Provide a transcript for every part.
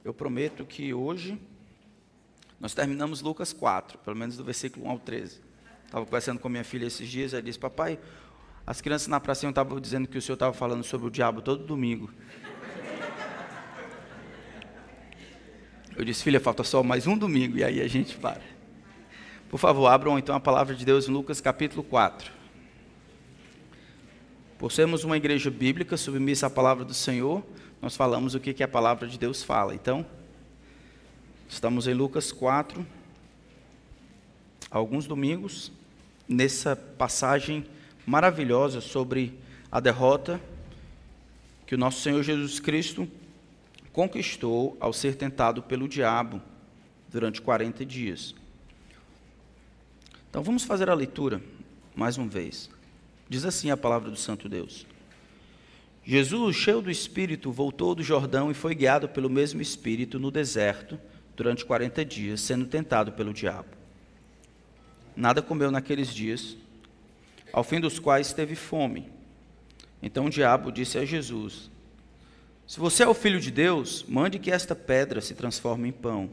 Eu prometo que hoje nós terminamos Lucas 4, pelo menos do versículo 1 ao 13. Estava conversando com minha filha esses dias, ela disse: papai, as crianças na pracinha estavam dizendo que o senhor estava falando sobre o diabo todo domingo. Eu disse: filha, falta só mais um domingo, e aí a gente para. Por favor, abram então a palavra de Deus em Lucas capítulo 4. Por sermos uma igreja bíblica, submissa à palavra do Senhor, nós falamos o que a palavra de Deus fala. Então, estamos em Lucas 4, há alguns domingos, nessa passagem maravilhosa sobre a derrota que o nosso Senhor Jesus Cristo conquistou ao ser tentado pelo diabo durante 40 dias. Então vamos fazer a leitura mais uma vez. Diz assim a palavra do Santo Deus: Jesus, cheio do Espírito, voltou do Jordão e foi guiado pelo mesmo Espírito no deserto durante 40 dias, sendo tentado pelo diabo. Nada comeu naqueles dias, ao fim dos quais teve fome. Então o diabo disse a Jesus: se você é o Filho de Deus, mande que esta pedra se transforme em pão.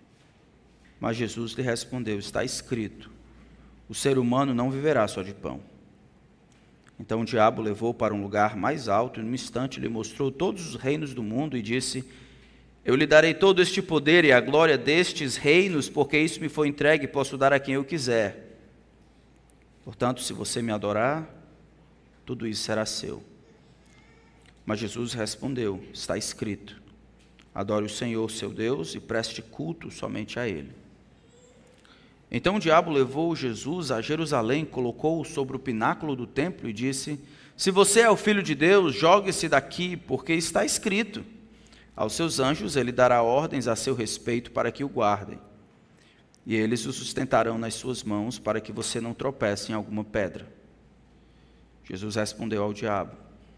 Mas Jesus lhe respondeu: está escrito, o ser humano não viverá só de pão. Então o diabo o levou para um lugar mais alto e num instante lhe mostrou todos os reinos do mundo e disse: eu lhe darei todo este poder e a glória destes reinos, porque isso me foi entregue e posso dar a quem eu quiser. Portanto, se você me adorar, tudo isso será seu. Mas Jesus respondeu: está escrito, adore o Senhor seu Deus e preste culto somente a Ele. Então o diabo levou Jesus a Jerusalém, colocou-o sobre o pináculo do templo e disse: se você é o Filho de Deus, jogue-se daqui, porque está escrito, aos seus anjos ele dará ordens a seu respeito para que o guardem, e eles o sustentarão nas suas mãos, para que você não tropece em alguma pedra. Jesus respondeu ao diabo: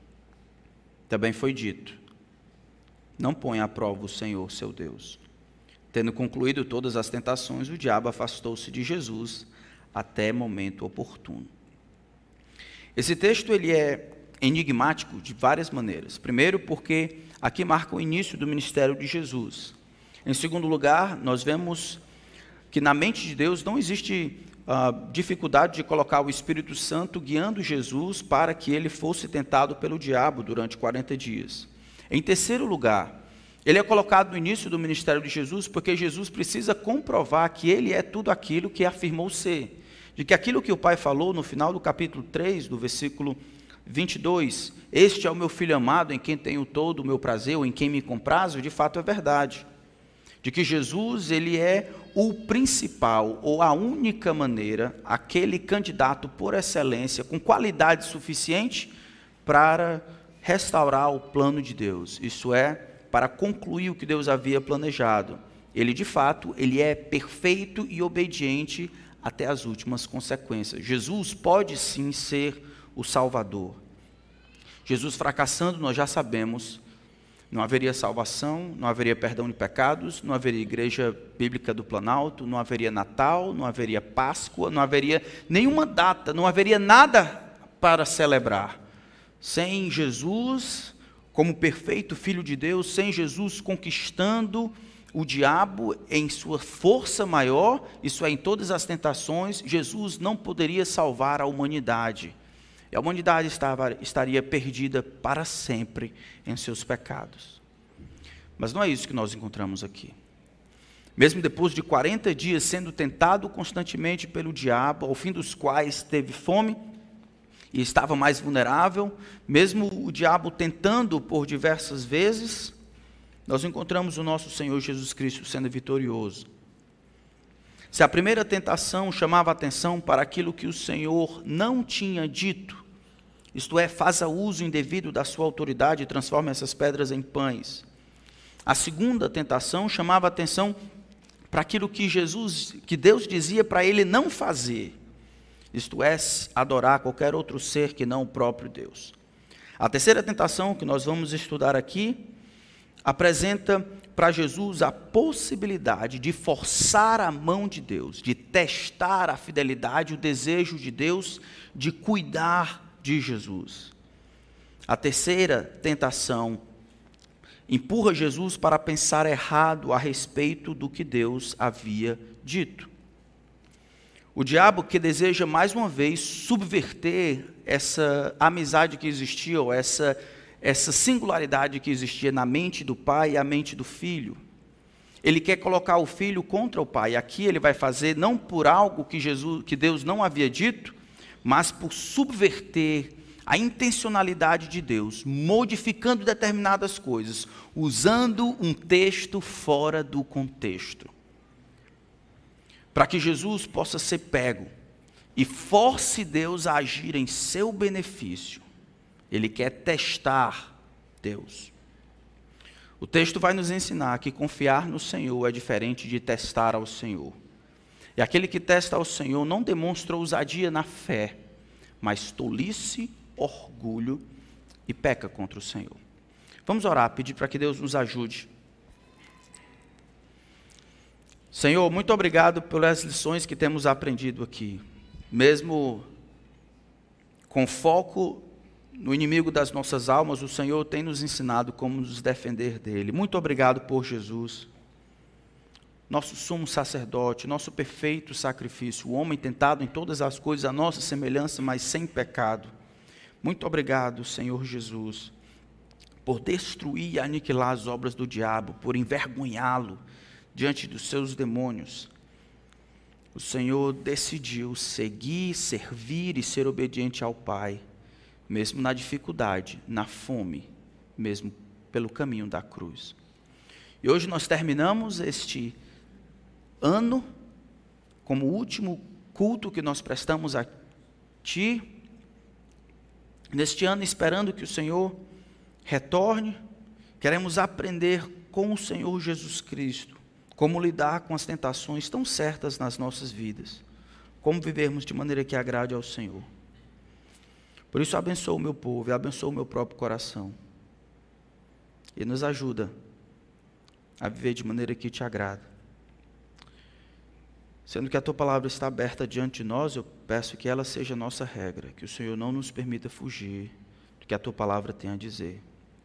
também foi dito, não ponha à prova o Senhor seu Deus. Tendo concluído todas as tentações, o diabo afastou-se de Jesus até momento oportuno. Esse texto ele é enigmático de várias maneiras. Primeiro, porque aqui marca o início do ministério de Jesus. Em segundo lugar, nós vemos que na mente de Deus não existe dificuldade de colocar o Espírito Santo guiando Jesus para que ele fosse tentado pelo diabo durante 40 dias. Em terceiro lugar, ele é colocado no início do ministério de Jesus porque Jesus precisa comprovar que ele é tudo aquilo que afirmou ser. De que aquilo que o Pai falou no final do capítulo 3, do versículo 22, este é o meu Filho amado, em quem tenho todo o meu prazer, ou em quem me comprazo, de fato é verdade. De que Jesus, ele é o principal, ou a única maneira, aquele candidato por excelência, com qualidade suficiente para restaurar o plano de Deus. Isso é, para concluir o que Deus havia planejado. Ele, de fato, ele é perfeito e obediente até as últimas consequências. Jesus pode sim ser o Salvador. Jesus fracassando, nós já sabemos, não haveria salvação, não haveria perdão de pecados, não haveria igreja bíblica do Planalto, não haveria Natal, não haveria Páscoa, não haveria nenhuma data, não haveria nada para celebrar. Sem Jesus como perfeito Filho de Deus, sem Jesus conquistando o diabo em sua força maior, isso é, em todas as tentações, Jesus não poderia salvar a humanidade. E a humanidade estaria perdida para sempre em seus pecados. Mas não é isso que nós encontramos aqui. Mesmo depois de 40 dias sendo tentado constantemente pelo diabo, ao fim dos quais teve fome e estava mais vulnerável, mesmo o diabo tentando por diversas vezes, nós encontramos o nosso Senhor Jesus Cristo sendo vitorioso. Se a primeira tentação chamava a atenção para aquilo que o Senhor não tinha dito, isto é, faça uso indevido da sua autoridade e transforme essas pedras em pães. A segunda tentação chamava a atenção para aquilo que Deus dizia para ele não fazer, isto é, adorar qualquer outro ser que não o próprio Deus. A terceira tentação que nós vamos estudar aqui apresenta para Jesus a possibilidade de forçar a mão de Deus, de testar a fidelidade, o desejo de Deus de cuidar de Jesus. A terceira tentação empurra Jesus para pensar errado a respeito do que Deus havia dito. O diabo que deseja mais uma vez subverter essa amizade que existia, ou essa singularidade que existia na mente do pai e a mente do filho. Ele quer colocar o filho contra o pai. Aqui ele vai fazer não por algo que Deus não havia dito, mas por subverter a intencionalidade de Deus, modificando determinadas coisas, usando um texto fora do contexto. Para que Jesus possa ser pego e force Deus a agir em seu benefício. Ele quer testar Deus. O texto vai nos ensinar que confiar no Senhor é diferente de testar ao Senhor. E aquele que testa ao Senhor não demonstra ousadia na fé, mas tolice, orgulho e peca contra o Senhor. Vamos orar, pedir para que Deus nos ajude. Senhor, muito obrigado pelas lições que temos aprendido aqui. Mesmo com foco no inimigo das nossas almas, o Senhor tem nos ensinado como nos defender dele. Muito obrigado por Jesus, nosso sumo sacerdote, nosso perfeito sacrifício, o homem tentado em todas as coisas, a nossa semelhança, mas sem pecado. Muito obrigado, Senhor Jesus, por destruir e aniquilar as obras do diabo, por envergonhá-lo diante dos seus demônios. O Senhor decidiu seguir, servir e ser obediente ao Pai, mesmo na dificuldade, na fome, mesmo pelo caminho da cruz. E hoje nós terminamos este ano como o último culto que nós prestamos a Ti, neste ano esperando que o Senhor retorne. Queremos aprender com o Senhor Jesus Cristo como lidar com as tentações tão certas nas nossas vidas, como vivermos de maneira que agrade ao Senhor. Por isso abençoa o meu povo e abençoa o meu próprio coração, e nos ajuda a viver de maneira que te agrada. Sendo que a Tua palavra está aberta diante de nós, eu peço que ela seja a nossa regra, que o Senhor não nos permita fugir do que a Tua palavra tem a dizer.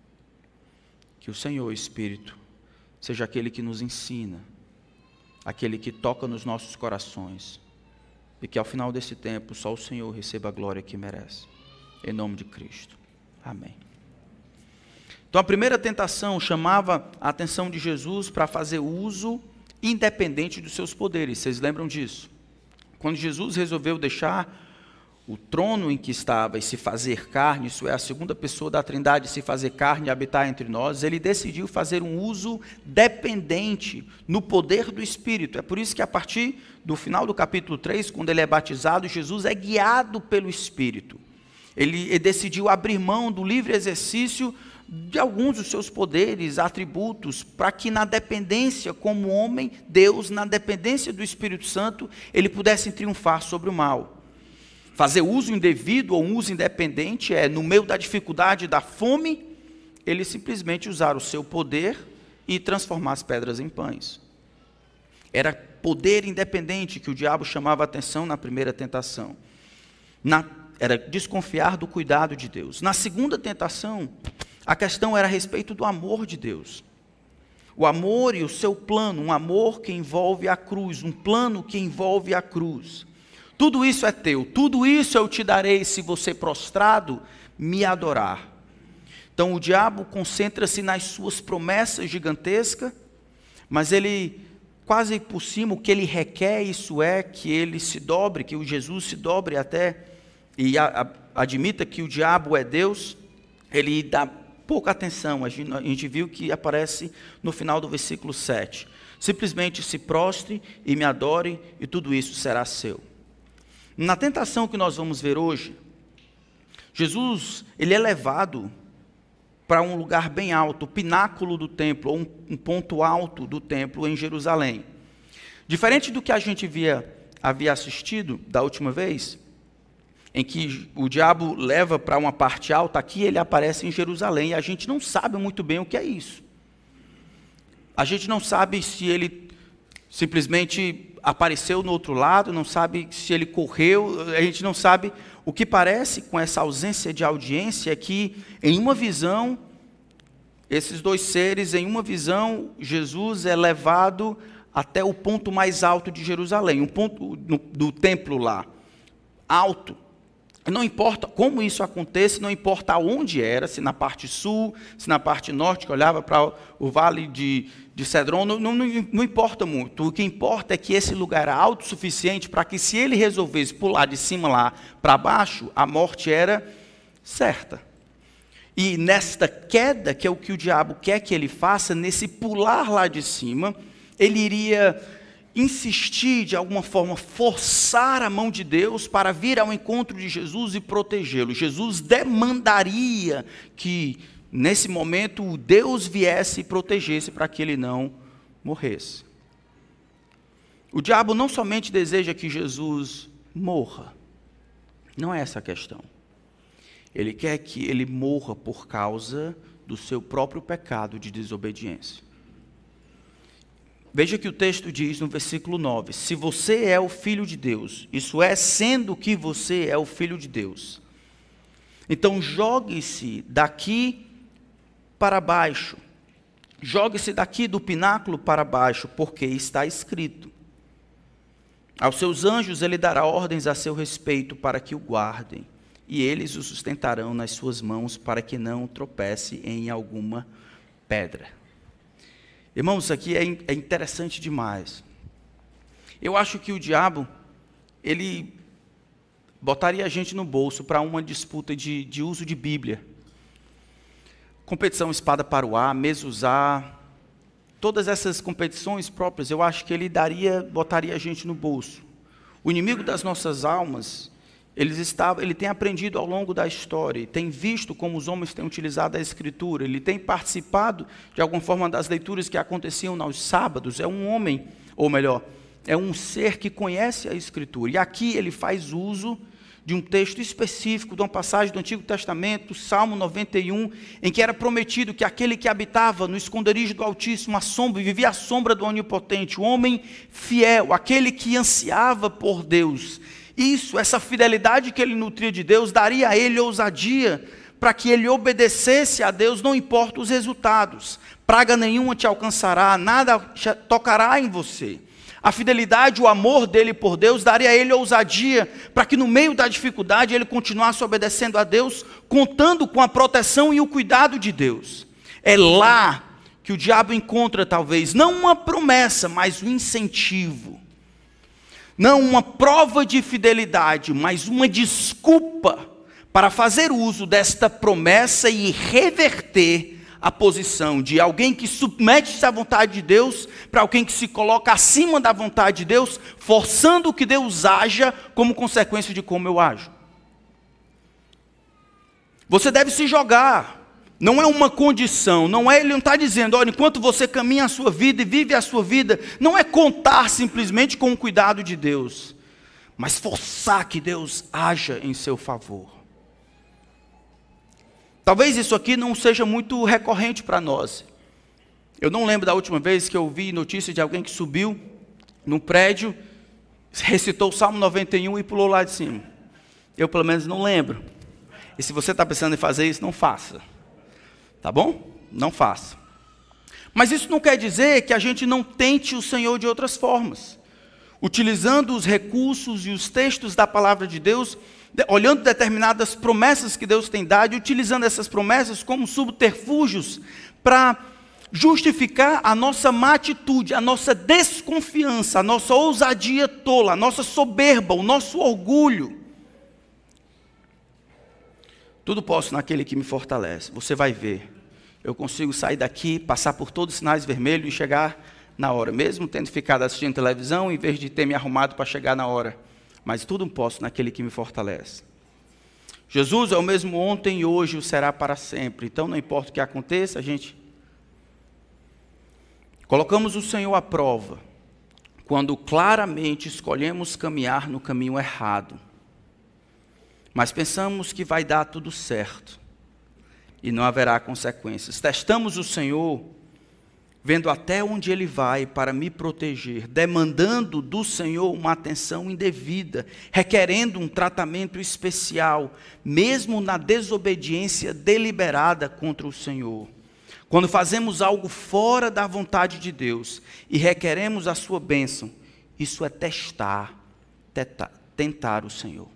Que o Senhor, Espírito, seja aquele que nos ensina, aquele que toca nos nossos corações, e que ao final desse tempo só o Senhor receba a glória que merece. Em nome de Cristo. Amém. Então a primeira tentação chamava a atenção de Jesus para fazer uso independente dos seus poderes. Vocês lembram disso? Quando Jesus resolveu deixar o trono em que estava e se fazer carne, isso é, a segunda pessoa da Trindade se fazer carne e habitar entre nós, ele decidiu fazer um uso dependente no poder do Espírito. É por isso que a partir do final do capítulo 3, quando ele é batizado, Jesus é guiado pelo Espírito. Ele decidiu abrir mão do livre exercício de alguns dos seus poderes, atributos, para que na dependência como homem, Deus, na dependência do Espírito Santo, ele pudesse triunfar sobre o mal. Fazer uso indevido ou um uso independente é, no meio da dificuldade, da fome, ele simplesmente usar o seu poder e transformar as pedras em pães. Era poder independente que o diabo chamava a atenção na primeira tentação. Era desconfiar do cuidado de Deus. Na segunda tentação, a questão era a respeito do amor de Deus. O amor e o seu plano, um amor que envolve a cruz, um plano que envolve a cruz. Tudo isso é teu, tudo isso eu te darei se você prostrado me adorar. Então o diabo concentra-se nas suas promessas gigantescas, mas ele, quase por cima, o que ele requer, isso é, que ele se dobre, que o Jesus se dobre até, e admita que o diabo é Deus. Ele dá pouca atenção, a gente viu que aparece no final do versículo 7. Simplesmente se prostre e me adore, e tudo isso será seu. Na tentação que nós vamos ver hoje, Jesus, ele é levado para um lugar bem alto, o pináculo do templo, ou um ponto alto do templo em Jerusalém. Diferente do que a gente havia assistido da última vez, em que o diabo leva para uma parte alta, aqui ele aparece em Jerusalém, e a gente não sabe muito bem o que é isso. A gente não sabe se ele simplesmente apareceu no outro lado, não sabe se ele correu, a gente não sabe. O que parece com essa ausência de audiência é que, em uma visão, esses dois seres, em uma visão, Jesus é levado até o ponto mais alto de Jerusalém, um ponto do templo lá, alto. Não importa como isso acontece, não importa onde era, se na parte sul, se na parte norte, que olhava para o vale de Cedron, não importa muito. O que importa é que esse lugar era alto o suficiente para que, se ele resolvesse pular de cima lá para baixo, a morte era certa. E nesta queda, que é o que o diabo quer que ele faça, nesse pular lá de cima, ele iria insistir, de alguma forma, forçar a mão de Deus para vir ao encontro de Jesus e protegê-lo. Jesus demandaria que, nesse momento, o Deus viesse e protegesse para que ele não morresse. O diabo não somente deseja que Jesus morra, não é essa a questão. Ele quer que ele morra por causa do seu próprio pecado de desobediência. Veja que o texto diz no versículo 9, se você é o Filho de Deus, isso é, sendo que você é o Filho de Deus, então jogue-se daqui para baixo, jogue-se daqui do pináculo para baixo, porque está escrito, aos seus anjos ele dará ordens a seu respeito para que o guardem, e eles o sustentarão nas suas mãos para que não tropece em alguma pedra. Irmãos, isso aqui é interessante demais. Eu acho que o diabo, ele botaria a gente no bolso para uma disputa de uso de Bíblia. Competição espada para o ar, mezuzá, todas essas competições próprias, eu acho que ele botaria a gente no bolso. O inimigo das nossas almas, ele tem aprendido ao longo da história, tem visto como os homens têm utilizado a Escritura, ele tem participado, de alguma forma, das leituras que aconteciam aos sábados. É um homem, ou melhor, é um ser que conhece a Escritura. E aqui ele faz uso de um texto específico, de uma passagem do Antigo Testamento, Salmo 91, em que era prometido que aquele que habitava no esconderijo do Altíssimo, vivia à sombra do Onipotente, o homem fiel, aquele que ansiava por Deus, essa fidelidade que ele nutria de Deus, daria a ele ousadia para que ele obedecesse a Deus, não importa os resultados. Praga nenhuma te alcançará, nada tocará em você. A fidelidade, o amor dele por Deus, daria a ele ousadia para que no meio da dificuldade ele continuasse obedecendo a Deus, contando com a proteção e o cuidado de Deus. É lá que o diabo encontra, talvez, não uma promessa, mas um incentivo. Não uma prova de fidelidade, mas uma desculpa para fazer uso desta promessa e reverter a posição de alguém que submete-se à vontade de Deus para alguém que se coloca acima da vontade de Deus, forçando que Deus haja como consequência de como eu ajo. Você deve se jogar. Não é uma condição, ele não está dizendo, olha, enquanto você caminha a sua vida e vive a sua vida, não é contar simplesmente com o cuidado de Deus, mas forçar que Deus haja em seu favor. Talvez isso aqui não seja muito recorrente para nós. Eu não lembro da última vez que eu vi notícia de alguém que subiu num prédio, recitou o Salmo 91 e pulou lá de cima. Eu pelo menos não lembro. E se você está pensando em fazer isso, não faça. Tá bom? Não faça. Mas isso não quer dizer que a gente não tente o Senhor de outras formas. Utilizando os recursos e os textos da palavra de Deus, olhando determinadas promessas que Deus tem dado, e utilizando essas promessas como subterfúgios para justificar a nossa má atitude, a nossa desconfiança, a nossa ousadia tola, a nossa soberba, o nosso orgulho. Tudo posso naquele que me fortalece. Você vai ver. Eu consigo sair daqui, passar por todos os sinais vermelhos e chegar na hora. Mesmo tendo ficado assistindo televisão, em vez de ter me arrumado para chegar na hora. Mas tudo posso naquele que me fortalece. Jesus é o mesmo ontem e hoje o será para sempre. Então não importa o que aconteça, a gente... Colocamos o Senhor à prova quando claramente escolhemos caminhar no caminho errado. Mas pensamos que vai dar tudo certo e não haverá consequências. Testamos o Senhor, vendo até onde Ele vai para me proteger, demandando do Senhor uma atenção indevida, requerendo um tratamento especial, mesmo na desobediência deliberada contra o Senhor. Quando fazemos algo fora da vontade de Deus e requeremos a sua bênção, isso é tentar o Senhor.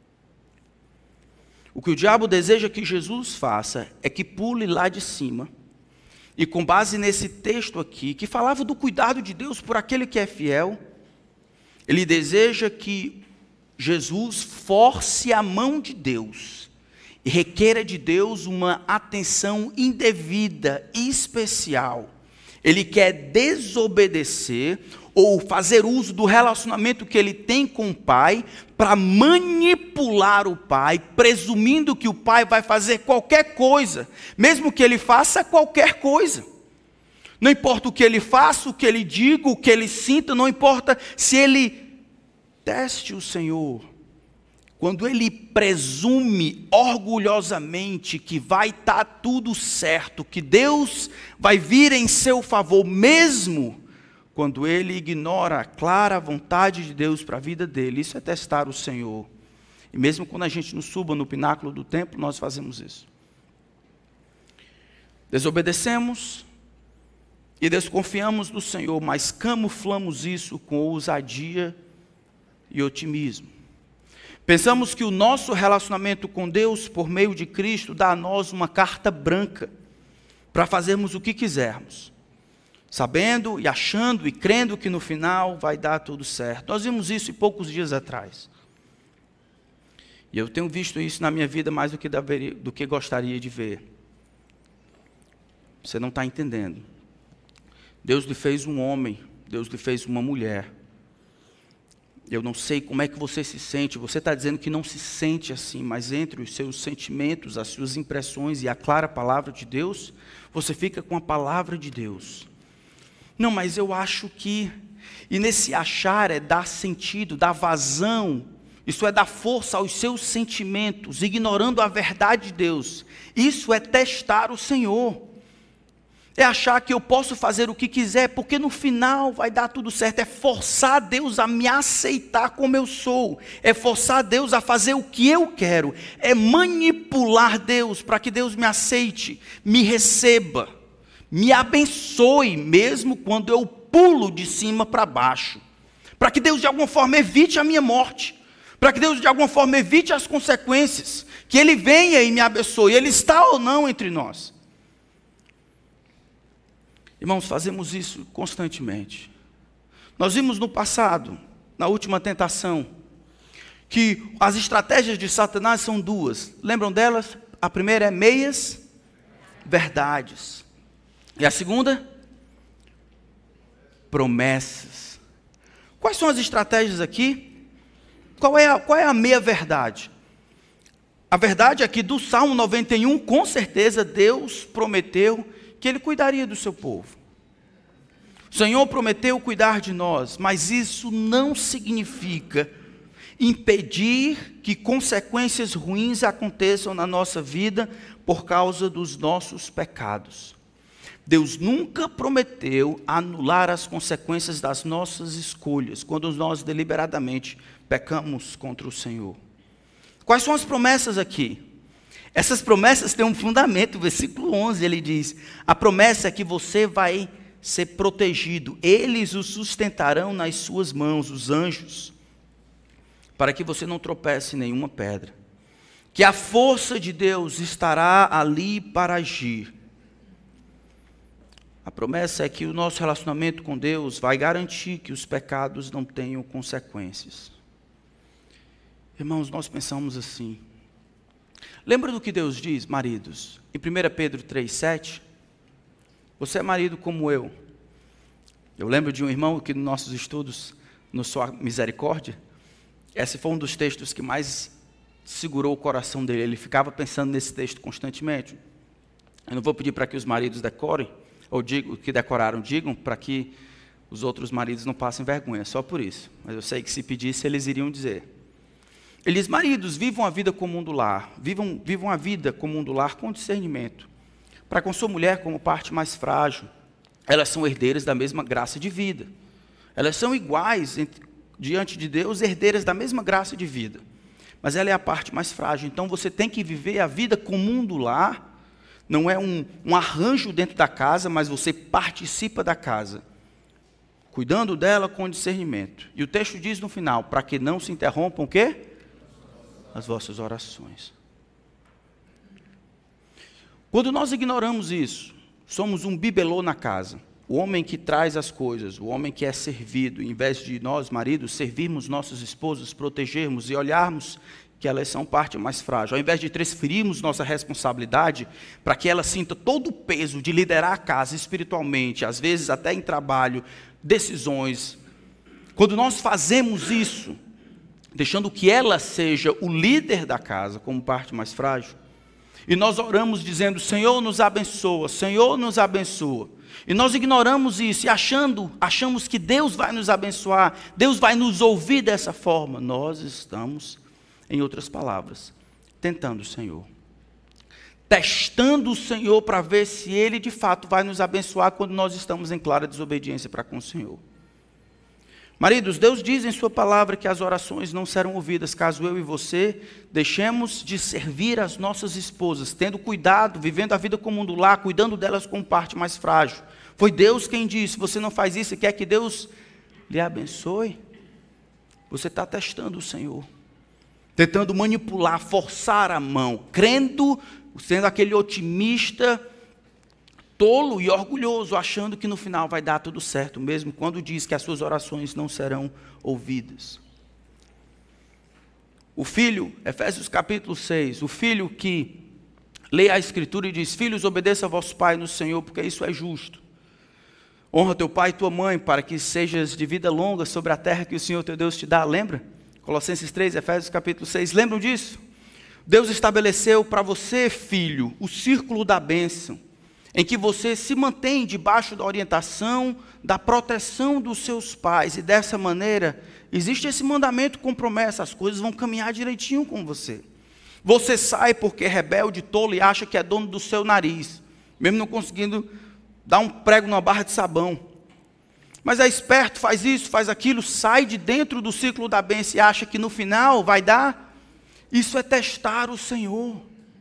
O que o diabo deseja que Jesus faça é que pule lá de cima, e com base nesse texto aqui, que falava do cuidado de Deus por aquele que é fiel, ele deseja que Jesus force a mão de Deus e requeira de Deus uma atenção indevida e especial. Ele quer desobedecer ou fazer uso do relacionamento que ele tem com o Pai para manipular o Pai, presumindo que o Pai vai fazer qualquer coisa, mesmo que ele faça qualquer coisa. Não importa o que ele faça, o que ele diga, o que ele sinta, não importa se ele teste o Senhor. Quando ele presume orgulhosamente que vai estar tudo certo, que Deus vai vir em seu favor, mesmo quando ele ignora a clara vontade de Deus para a vida dele, isso é testar o Senhor. E mesmo quando a gente nos suba no pináculo do templo, nós fazemos isso. Desobedecemos e desconfiamos do Senhor, mas camuflamos isso com ousadia e otimismo. Pensamos que o nosso relacionamento com Deus, por meio de Cristo, dá a nós uma carta branca para fazermos o que quisermos, sabendo e achando e crendo que no final vai dar tudo certo. Nós vimos isso poucos dias atrás. E eu tenho visto isso na minha vida mais do que gostaria de ver. Você não está entendendo. Deus lhe fez um homem, Deus lhe fez uma mulher. Eu não sei como é que você se sente, você está dizendo que não se sente assim, mas entre os seus sentimentos, as suas impressões e a clara palavra de Deus, você fica com a palavra de Deus. Não, mas eu acho que, e nesse achar é dar sentido, dar vazão, isso é dar força aos seus sentimentos, ignorando a verdade de Deus. Isso é testar o Senhor. É achar que eu posso fazer o que quiser, porque no final vai dar tudo certo. É forçar Deus a me aceitar como eu sou. É forçar Deus a fazer o que eu quero. É manipular Deus para que Deus me aceite, me receba, me abençoe, mesmo quando eu pulo de cima para baixo. Para que Deus de alguma forma evite a minha morte. Para que Deus de alguma forma evite as consequências. Que Ele venha e me abençoe. Ele está ou não entre nós. Irmãos, fazemos isso constantemente. Nós vimos no passado, na última tentação, que as estratégias de Satanás são duas. Lembram delas? A primeira é meias verdades. E a segunda? Promessas. Quais são as estratégias aqui? Qual é a meia verdade? A verdade é que do Salmo 91, com certeza, Deus prometeu que Ele cuidaria do seu povo. O Senhor prometeu cuidar de nós, mas isso não significa impedir que consequências ruins aconteçam na nossa vida por causa dos nossos pecados. Deus nunca prometeu anular as consequências das nossas escolhas, quando nós deliberadamente pecamos contra o Senhor. Quais são as promessas aqui? Essas promessas têm um fundamento, o versículo 11, ele diz, a promessa é que você vai ser protegido, eles o sustentarão nas suas mãos, os anjos, para que você não tropece em nenhuma pedra, que a força de Deus estará ali para agir. A promessa é que o nosso relacionamento com Deus vai garantir que os pecados não tenham consequências. Irmãos, nós pensamos assim. Lembra do que Deus diz, maridos? Em 1 Pedro 3,7, você é marido como eu. Eu lembro de um irmão que nos nossos estudos, no Sua Misericórdia, esse foi um dos textos que mais segurou o coração dele. Ele ficava pensando nesse texto constantemente. Eu não vou pedir para que os maridos decorem, ou digo, que decoraram digam, para que os outros maridos não passem vergonha, só por isso. Mas eu sei que se pedisse, eles iriam dizer. Ele diz, maridos, vivam a vida comum do lar, vivam a vida comum do lar com discernimento, para com sua mulher como parte mais frágil. Elas são herdeiras da mesma graça de vida. Elas são iguais diante de Deus, herdeiras da mesma graça de vida. Mas ela é a parte mais frágil, então você tem que viver a vida comum do lar, Não é um arranjo dentro da casa, mas você participa da casa, cuidando dela com discernimento. E o texto diz no final, para que não se interrompam o quê? As vossas orações. Quando nós ignoramos isso, somos um bibelô na casa. O homem que traz as coisas, o homem que é servido, em vez de nós, maridos, servirmos nossos esposos, protegermos e olharmos que elas são parte mais frágil, ao invés de transferirmos nossa responsabilidade para que ela sinta todo o peso de liderar a casa espiritualmente, às vezes até em trabalho, decisões. Quando nós fazemos isso, deixando que ela seja o líder da casa como parte mais frágil, e nós oramos dizendo, Senhor nos abençoa, Senhor nos abençoa, e nós ignoramos isso e achamos que Deus vai nos abençoar, Deus vai nos ouvir dessa forma, nós estamos, em outras palavras, tentando o Senhor, testando o Senhor para ver se Ele de fato vai nos abençoar quando nós estamos em clara desobediência para com o Senhor. Maridos, Deus diz em sua palavra que as orações não serão ouvidas caso eu e você deixemos de servir as nossas esposas, tendo cuidado, vivendo a vida como do lar, cuidando delas como parte mais frágil. Foi Deus quem disse, você não faz isso e quer que Deus lhe abençoe? Você está testando o Senhor, tentando manipular, forçar a mão, crendo, sendo aquele otimista, tolo e orgulhoso, achando que no final vai dar tudo certo, mesmo quando diz que as suas orações não serão ouvidas. O filho, Efésios capítulo 6, o filho que lê a Escritura e diz, filhos, obedeça a vosso pai no Senhor, porque isso é justo. Honra teu pai e tua mãe, para que sejas de vida longa sobre a terra que o Senhor teu Deus te dá, lembra? Colossenses 3, Efésios capítulo 6, lembram disso? Deus estabeleceu para você, filho, o círculo da bênção, em que você se mantém debaixo da orientação, da proteção dos seus pais, e dessa maneira, existe esse mandamento com promessa, as coisas vão caminhar direitinho com você. Você sai porque é rebelde, tolo e acha que é dono do seu nariz, mesmo não conseguindo dar um prego numa barra de sabão. Mas é esperto, faz isso, faz aquilo, sai de dentro do ciclo da bênção e acha que no final vai dar. Isso é testar o Senhor.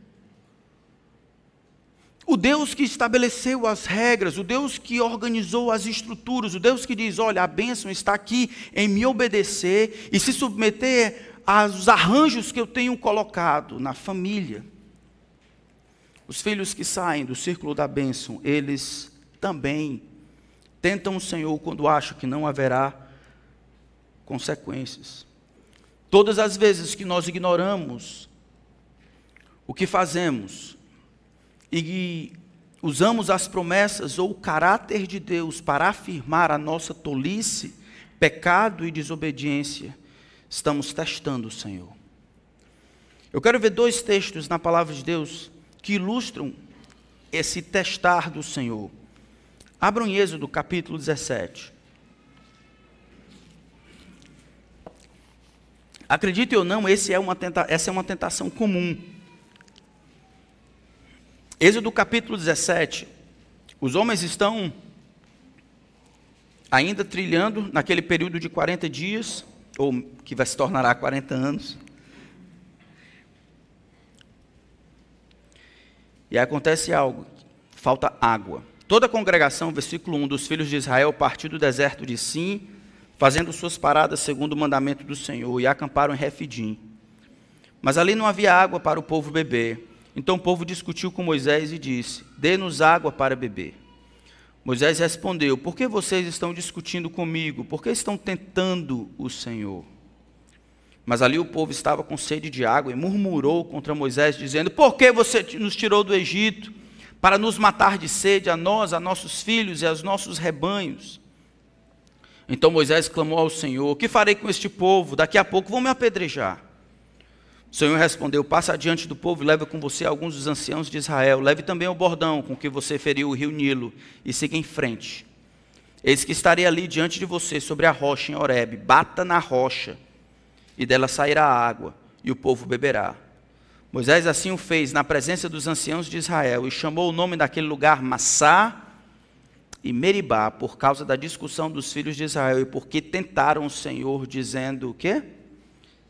O Deus que estabeleceu as regras, o Deus que organizou as estruturas, o Deus que diz, olha, a bênção está aqui em me obedecer e se submeter aos arranjos que eu tenho colocado na família. Os filhos que saem do círculo da bênção, eles também tentam o Senhor quando acham que não haverá consequências. Todas as vezes que nós ignoramos o que fazemos e usamos as promessas ou o caráter de Deus para afirmar a nossa tolice, pecado e desobediência, estamos testando o Senhor. Eu quero ver dois textos na palavra de Deus que ilustram esse testar do Senhor. Abram em Êxodo capítulo 17. Acredite ou não, essa é uma tentação comum. Êxodo capítulo 17. Os homens estão ainda trilhando naquele período de 40 dias, ou que vai se tornará 40 anos. E aí acontece algo, falta água. Toda a congregação, versículo 1, dos filhos de Israel partiu do deserto de Sim, fazendo suas paradas segundo o mandamento do Senhor, e acamparam em Refidim. Mas ali não havia água para o povo beber. Então o povo discutiu com Moisés e disse, dê-nos água para beber. Moisés respondeu, por que vocês estão discutindo comigo? Por que estão tentando o Senhor? Mas ali o povo estava com sede de água e murmurou contra Moisés, dizendo, por que você nos tirou do Egito para nos matar de sede, a nós, a nossos filhos e aos nossos rebanhos? Então Moisés clamou ao Senhor, o que farei com este povo? Daqui a pouco vão me apedrejar. O Senhor respondeu, passa adiante do povo e leva com você alguns dos anciãos de Israel. Leve também o bordão com que você feriu o rio Nilo e siga em frente. Eis que estarei ali diante de você sobre a rocha em Horebe. Bata na rocha e dela sairá água e o povo beberá. Moisés assim o fez na presença dos anciãos de Israel e chamou o nome daquele lugar Massá e Meribá por causa da discussão dos filhos de Israel e porque tentaram o Senhor dizendo o quê?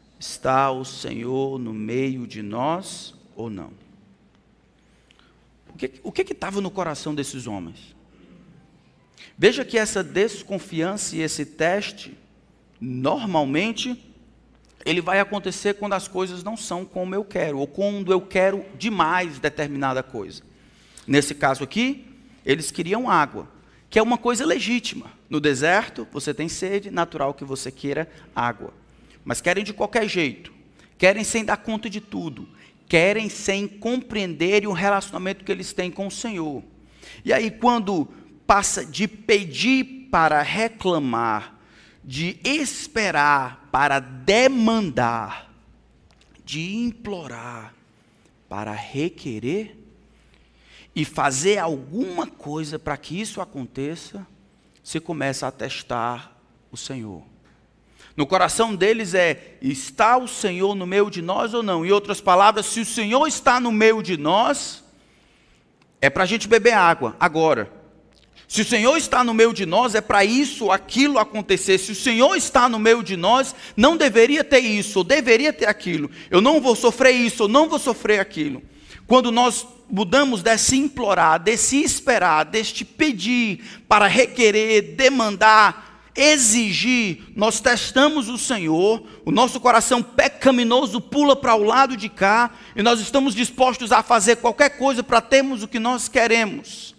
Está o Senhor no meio de nós ou não? O que estava no coração desses homens? Veja que essa desconfiança e esse teste, normalmente, ele vai acontecer quando as coisas não são como eu quero, ou quando eu quero demais determinada coisa. Nesse caso aqui, eles queriam água, que é uma coisa legítima. No deserto, você tem sede, natural que você queira água. Mas querem de qualquer jeito, querem sem dar conta de tudo, querem sem compreender o relacionamento que eles têm com o Senhor. E aí, quando passa de pedir para reclamar, de esperar para demandar, de implorar para requerer e fazer alguma coisa para que isso aconteça, se começa a testar o Senhor. No coração deles está o Senhor no meio de nós ou não? Em outras palavras, se o Senhor está no meio de nós, é para a gente beber água agora. Se o Senhor está no meio de nós, é para isso, aquilo acontecer. Se o Senhor está no meio de nós, não deveria ter isso, ou deveria ter aquilo. Eu não vou sofrer isso, ou não vou sofrer aquilo. Quando nós mudamos desse implorar, desse esperar, deste pedir, para requerer, demandar, exigir, nós testamos o Senhor, o nosso coração pecaminoso pula para o lado de cá, e nós estamos dispostos a fazer qualquer coisa para termos o que nós queremos.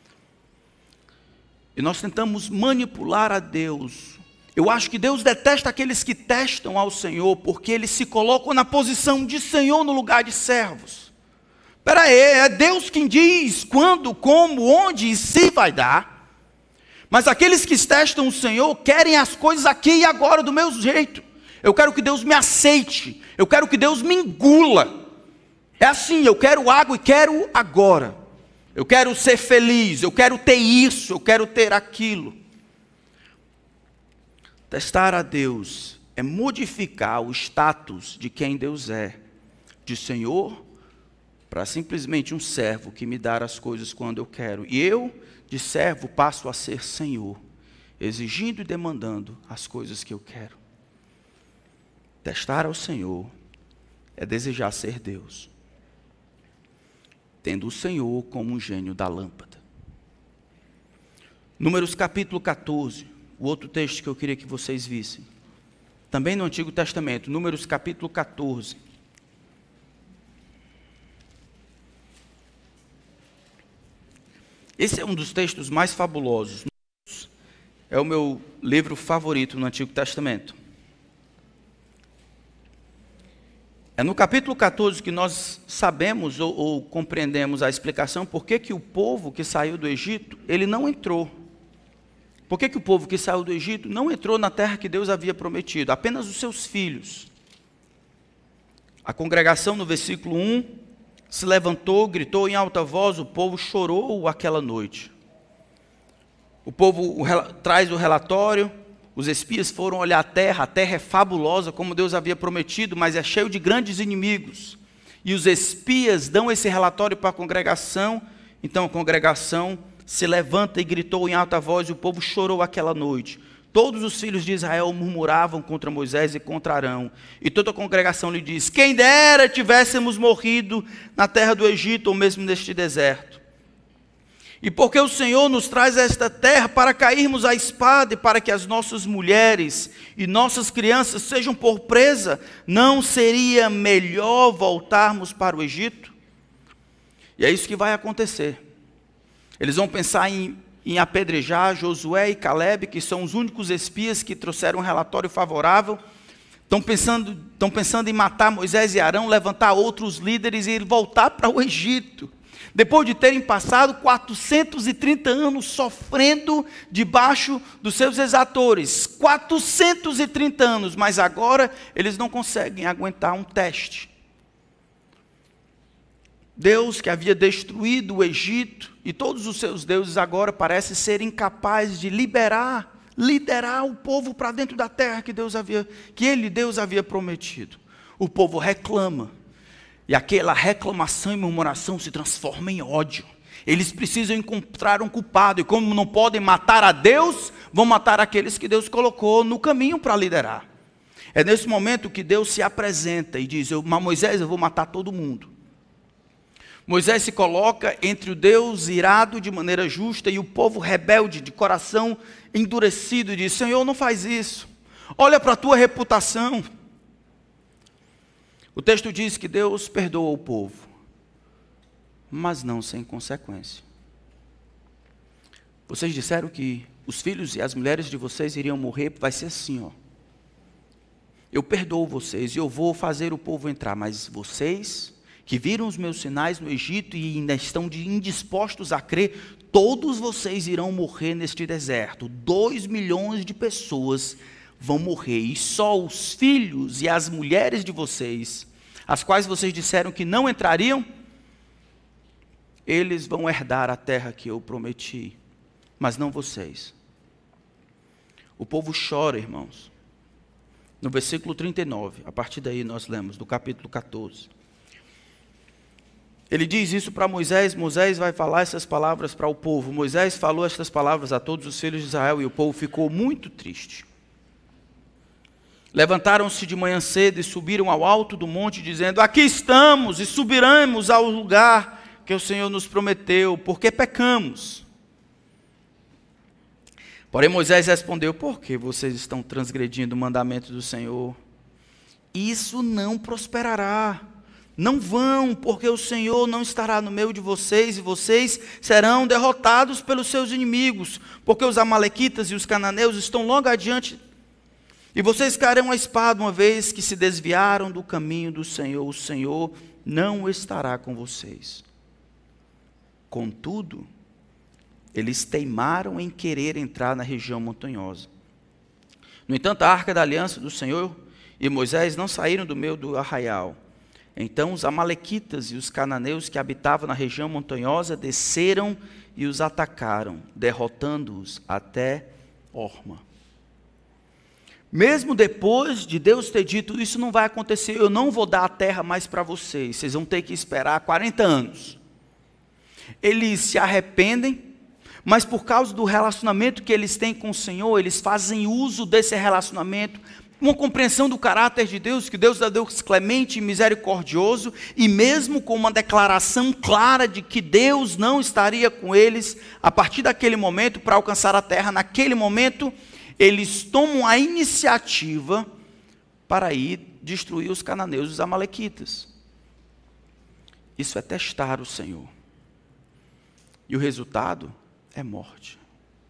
E nós tentamos manipular a Deus. Eu acho que Deus detesta aqueles que testam ao Senhor, porque eles se colocam na posição de Senhor no lugar de servos. Espera aí, é Deus quem diz quando, como, onde e se vai dar. Mas aqueles que testam o Senhor querem as coisas aqui e agora do meu jeito. Eu quero que Deus me aceite, eu quero que Deus me engula. É assim, eu quero água e quero agora. Eu quero ser feliz, eu quero ter isso, eu quero ter aquilo. Testar a Deus é modificar o status de quem Deus é, de Senhor, para simplesmente um servo que me dá as coisas quando eu quero. E eu, de servo, passo a ser Senhor, exigindo e demandando as coisas que eu quero. Testar ao Senhor é desejar ser Deus, tendo o Senhor como um gênio da lâmpada. Números capítulo 14, o outro texto que eu queria que vocês vissem. Também no Antigo Testamento, Números capítulo 14. Esse é um dos textos mais fabulosos. É o meu livro favorito no Antigo Testamento. É no capítulo 14 que nós sabemos ou compreendemos a explicação por que o povo que saiu do Egito, ele não entrou. Por que o povo que saiu do Egito não entrou na terra que Deus havia prometido? Apenas os seus filhos. A congregação, no versículo 1, se levantou, gritou em alta voz, o povo chorou aquela noite. O povo traz o relatório. Os espias foram olhar a terra é fabulosa, como Deus havia prometido, mas é cheio de grandes inimigos. E os espias dão esse relatório para a congregação, então a congregação se levanta e gritou em alta voz, e o povo chorou aquela noite. Todos os filhos de Israel murmuravam contra Moisés e contra Arão, e toda a congregação lhe diz: quem dera tivéssemos morrido na terra do Egito, ou mesmo neste deserto. E porque o Senhor nos traz a esta terra para cairmos à espada e para que as nossas mulheres e nossas crianças sejam por presa, não seria melhor voltarmos para o Egito? E é isso que vai acontecer. Eles vão pensar em apedrejar Josué e Calebe, que são os únicos espias que trouxeram um relatório favorável. Estão pensando em matar Moisés e Arão, levantar outros líderes e voltar para o Egito. Depois de terem passado 430 anos sofrendo debaixo dos seus exatores. 430 anos, mas agora eles não conseguem aguentar um teste. Deus, que havia destruído o Egito e todos os seus deuses, agora parece ser incapaz de liderar o povo para dentro da terra que Deus havia prometido. O povo reclama. E aquela reclamação e murmuração se transforma em ódio. Eles precisam encontrar um culpado. E como não podem matar a Deus, vão matar aqueles que Deus colocou no caminho para liderar. É nesse momento que Deus se apresenta e diz: Moisés, eu vou matar todo mundo. Moisés se coloca entre o Deus irado de maneira justa e o povo rebelde, de coração endurecido, e diz: Senhor, não faz isso. Olha para a tua reputação. O texto diz que Deus perdoa o povo, mas não sem consequência. Vocês disseram que os filhos e as mulheres de vocês iriam morrer, vai ser assim, ó. Eu perdoo vocês e eu vou fazer o povo entrar, mas vocês que viram os meus sinais no Egito e ainda estão indispostos a crer, todos vocês irão morrer neste deserto. 2 milhões de pessoas vão morrer, e só os filhos e as mulheres de vocês, as quais vocês disseram que não entrariam, eles vão herdar a terra que eu prometi, mas não vocês. O povo chora, irmãos. No versículo 39, a partir daí nós lemos, do capítulo 14. Ele diz isso para Moisés, Moisés vai falar essas palavras para o povo. Moisés falou estas palavras a todos os filhos de Israel e o povo ficou muito triste. Levantaram-se de manhã cedo e subiram ao alto do monte, dizendo: aqui estamos e subiremos ao lugar que o Senhor nos prometeu, porque pecamos. Porém Moisés respondeu: por que vocês estão transgredindo o mandamento do Senhor? Isso não prosperará. Não vão, porque o Senhor não estará no meio de vocês, e vocês serão derrotados pelos seus inimigos, porque os amalequitas e os cananeus estão logo adiante, e vocês cairão a espada, uma vez que se desviaram do caminho do Senhor. O Senhor não estará com vocês. Contudo, eles teimaram em querer entrar na região montanhosa. No entanto, a arca da aliança do Senhor e Moisés não saíram do meio do arraial. Então os amalequitas e os cananeus que habitavam na região montanhosa desceram e os atacaram, derrotando-os até Horma. Mesmo depois de Deus ter dito: isso não vai acontecer, eu não vou dar a terra mais para vocês, vocês vão ter que esperar 40 anos. Eles se arrependem, mas por causa do relacionamento que eles têm com o Senhor, eles fazem uso desse relacionamento, uma compreensão do caráter de Deus, que Deus é Deus clemente e misericordioso, e mesmo com uma declaração clara de que Deus não estaria com eles, a partir daquele momento, para alcançar a terra, naquele momento, eles tomam a iniciativa para ir destruir os cananeus e os amalequitas. Isso é testar o Senhor. E o resultado é morte.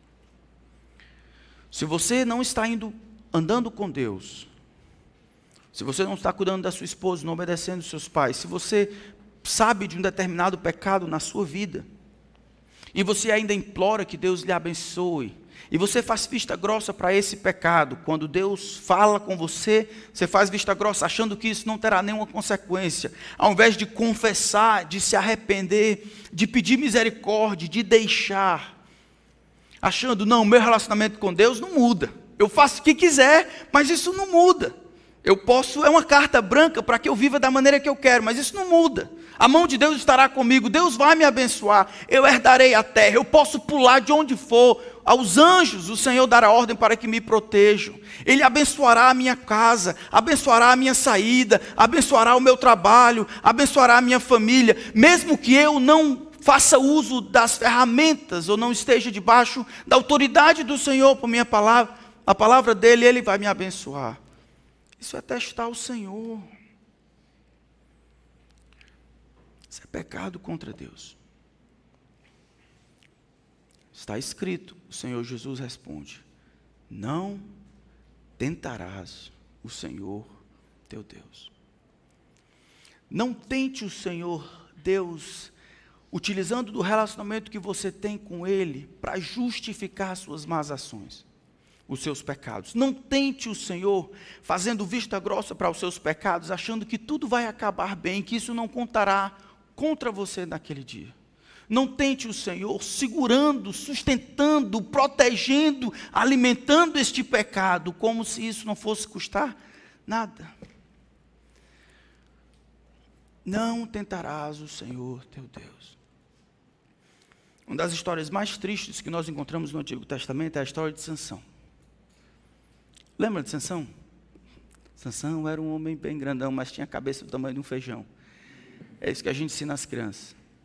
Se você não está andando com Deus, se você não está cuidando da sua esposa, não obedecendo os seus pais, se você sabe de um determinado pecado na sua vida, e você ainda implora que Deus lhe abençoe, e você faz vista grossa para esse pecado, quando Deus fala com você, você faz vista grossa achando que isso não terá nenhuma consequência, ao invés de confessar, de se arrepender, de pedir misericórdia, de deixar, achando: não, meu relacionamento com Deus não muda, eu faço o que quiser, mas isso não muda. Eu posso, é uma carta branca para que eu viva da maneira que eu quero, mas isso não muda. A mão de Deus estará comigo, Deus vai me abençoar, eu herdarei a terra, eu posso pular de onde for. Aos anjos o Senhor dará ordem para que me protejam. Ele abençoará a minha casa, abençoará a minha saída, abençoará o meu trabalho, abençoará a minha família, mesmo que eu não faça uso das ferramentas ou não esteja debaixo da autoridade do Senhor por minha palavra. A palavra dele, ele vai me abençoar. Isso é testar o Senhor. Isso é pecado contra Deus. Está escrito, o Senhor Jesus responde: não tentarás o Senhor teu Deus. Não tente o Senhor Deus utilizando do relacionamento que você tem com Ele para justificar suas más ações, os seus pecados. Não tente o Senhor fazendo vista grossa para os seus pecados, achando que tudo vai acabar bem, que isso não contará contra você naquele dia. Não tente o Senhor segurando, sustentando, protegendo, alimentando este pecado, como se isso não fosse custar nada. Não tentarás o Senhor teu Deus. Uma das histórias mais tristes que nós encontramos no Antigo Testamento é a história de Sansão. Lembra de Sansão? Sansão era um homem bem grandão, mas tinha a cabeça do tamanho de um feijão. É isso que a gente ensina às crianças.